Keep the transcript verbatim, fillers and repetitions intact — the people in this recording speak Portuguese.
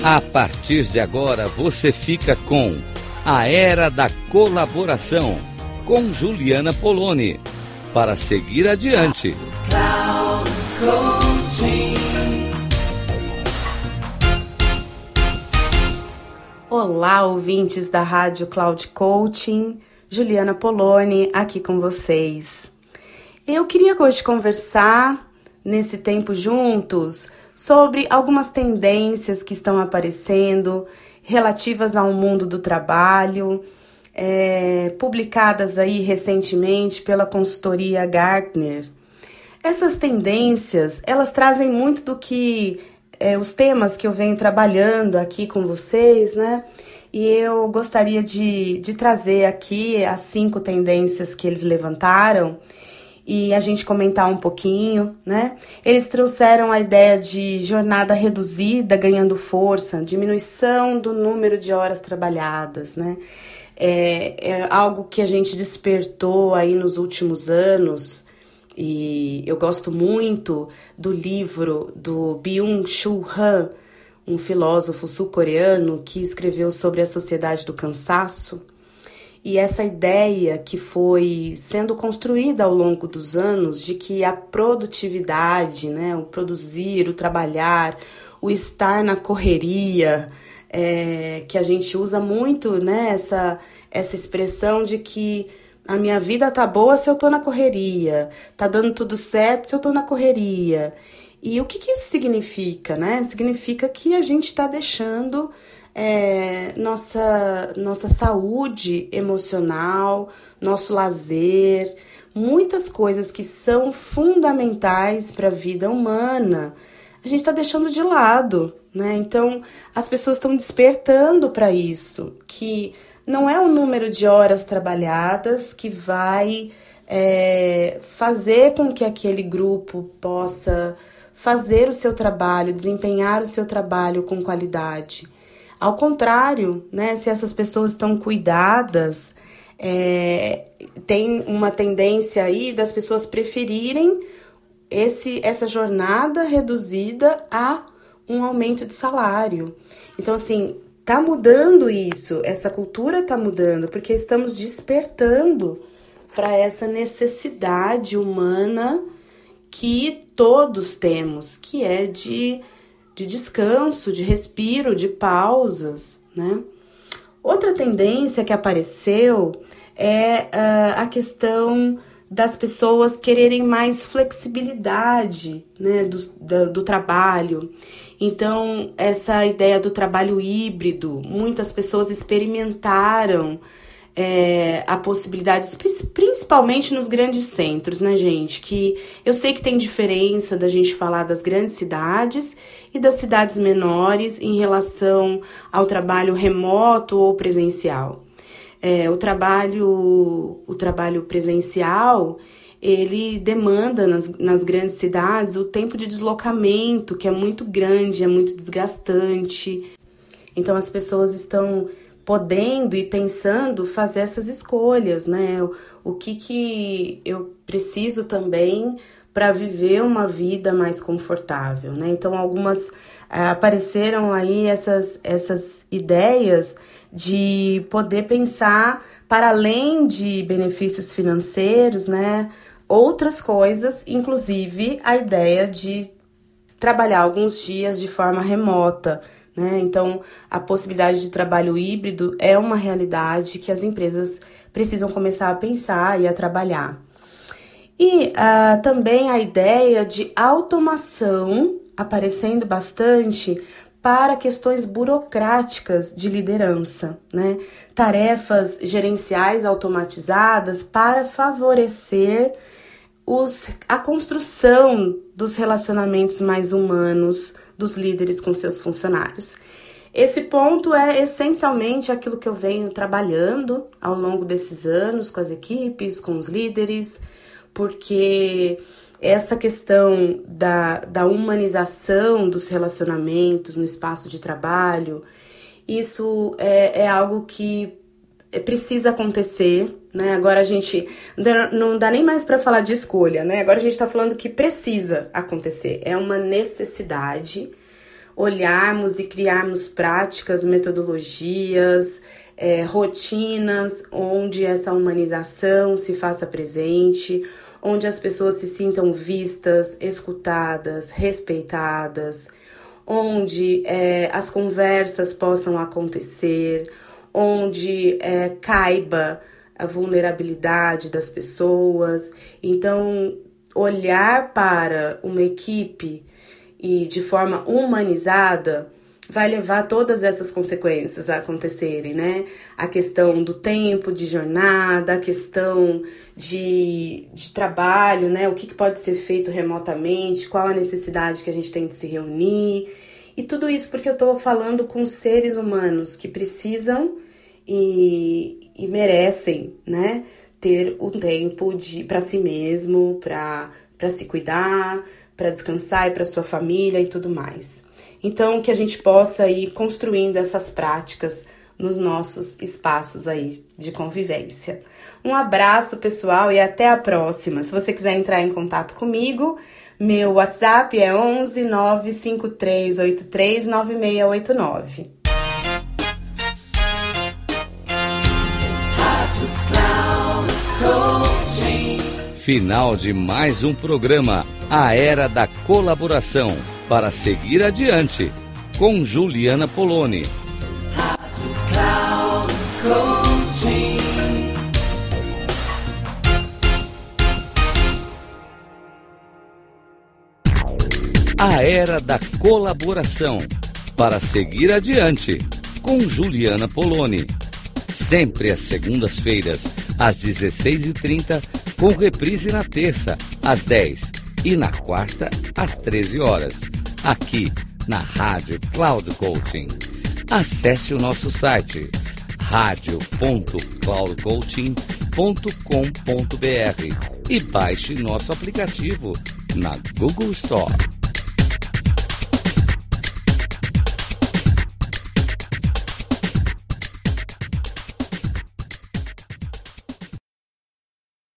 A partir de agora você fica com A Era da Colaboração, com Juliana Poloni, para seguir adiante. Olá, ouvintes da Rádio Cloud Coaching, Juliana Poloni aqui com vocês. Eu queria hoje conversar, nesse tempo juntos, sobre algumas tendências que estão aparecendo relativas ao mundo do trabalho, é, publicadas aí recentemente pela consultoria Gartner. Essas tendências, elas trazem muito do que é, os temas que eu venho trabalhando aqui com vocês, né? E eu gostaria de, de trazer aqui as cinco tendências que eles levantaram e a gente comentar um pouquinho, né? Eles trouxeram a ideia de jornada reduzida ganhando força, diminuição do número de horas trabalhadas, né? É, é algo que a gente despertou aí nos últimos anos, e eu gosto muito do livro do Byung-Chul Han, um filósofo sul-coreano que escreveu sobre a sociedade do cansaço. E essa ideia que foi sendo construída ao longo dos anos de que a produtividade, né, o produzir, o trabalhar, o estar na correria, é, que a gente usa muito, né, essa, essa expressão de que a minha vida tá boa se eu tô na correria, tá dando tudo certo se eu tô na correria. E o que, que isso significa, né? Significa que a gente está deixando É, nossa, nossa saúde emocional, nosso lazer, muitas coisas que são fundamentais para a vida humana, a gente está deixando de lado, né? Então, as pessoas estão despertando para isso, que não é o número de horas trabalhadas que vai é, fazer com que aquele grupo possa fazer o seu trabalho, desempenhar o seu trabalho com qualidade. Ao contrário, né, se essas pessoas estão cuidadas, é, tem uma tendência aí das pessoas preferirem esse, essa jornada reduzida a um aumento de salário. Então, assim, tá mudando isso, essa cultura tá mudando, porque estamos despertando para essa necessidade humana que todos temos, que é de... de descanso, de respiro, de pausas, né? Outra tendência que apareceu é uh, a questão das pessoas quererem mais flexibilidade, né, do, do, do trabalho. Então, essa ideia do trabalho híbrido, muitas pessoas experimentaram É, a possibilidade, principalmente nos grandes centros, né, gente? Que eu sei que tem diferença da gente falar das grandes cidades e das cidades menores em relação ao trabalho remoto ou presencial. É, o trabalho, o trabalho presencial, ele demanda nas, nas grandes cidades o tempo de deslocamento, que é muito grande, é muito desgastante. Então, as pessoas estão podendo e pensando fazer essas escolhas, né? O, o que que eu preciso também para viver uma vida mais confortável, né? Então, algumas ah, apareceram aí essas, essas ideias de poder pensar para além de benefícios financeiros, né? Outras coisas, inclusive a ideia de trabalhar alguns dias de forma remota, né? Então, a possibilidade de trabalho híbrido é uma realidade que as empresas precisam começar a pensar e a trabalhar. E uh, também a ideia de automação aparecendo bastante para questões burocráticas de liderança, né? Tarefas gerenciais automatizadas para favorecer os, a construção dos relacionamentos mais humanos dos líderes com seus funcionários. Esse ponto é essencialmente aquilo que eu venho trabalhando ao longo desses anos com as equipes, com os líderes, porque essa questão da, da humanização dos relacionamentos no espaço de trabalho, isso é, é algo que precisa acontecer, né? Agora a gente não dá nem mais para falar de escolha, né? Agora a gente está falando que precisa acontecer, é uma necessidade, olharmos e criarmos práticas, metodologias, é, rotinas onde essa humanização se faça presente, onde as pessoas se sintam vistas, escutadas, respeitadas, onde é, as conversas possam acontecer, onde é, caiba a vulnerabilidade das pessoas. Então, olhar para uma equipe e de forma humanizada vai levar todas essas consequências a acontecerem, né? A questão do tempo de jornada, a questão de, de trabalho, né? O que, que pode ser feito remotamente, qual a necessidade que a gente tem de se reunir. E tudo isso porque eu estou falando com seres humanos que precisam e, e merecem, né? Ter um tempo para si mesmo, para para se cuidar, para descansar e para sua família e tudo mais. Então, que a gente possa ir construindo essas práticas nos nossos espaços aí de convivência. Um abraço, pessoal, e até a próxima. Se você quiser entrar em contato comigo, meu WhatsApp é onze nove cinco três oito três nove seis oito nove. Final de mais um programa, A Era da Colaboração, para seguir adiante, com Juliana Poloni. A Era da Colaboração, para seguir adiante, com Juliana Poloni. Sempre às segundas-feiras, às dezesseis e trinta, com reprise na terça, às dez, e na quarta, às treze horas, aqui na Rádio Cloud Coaching. Acesse o nosso site radio ponto cloud coaching ponto com ponto b r e baixe nosso aplicativo na Google Store.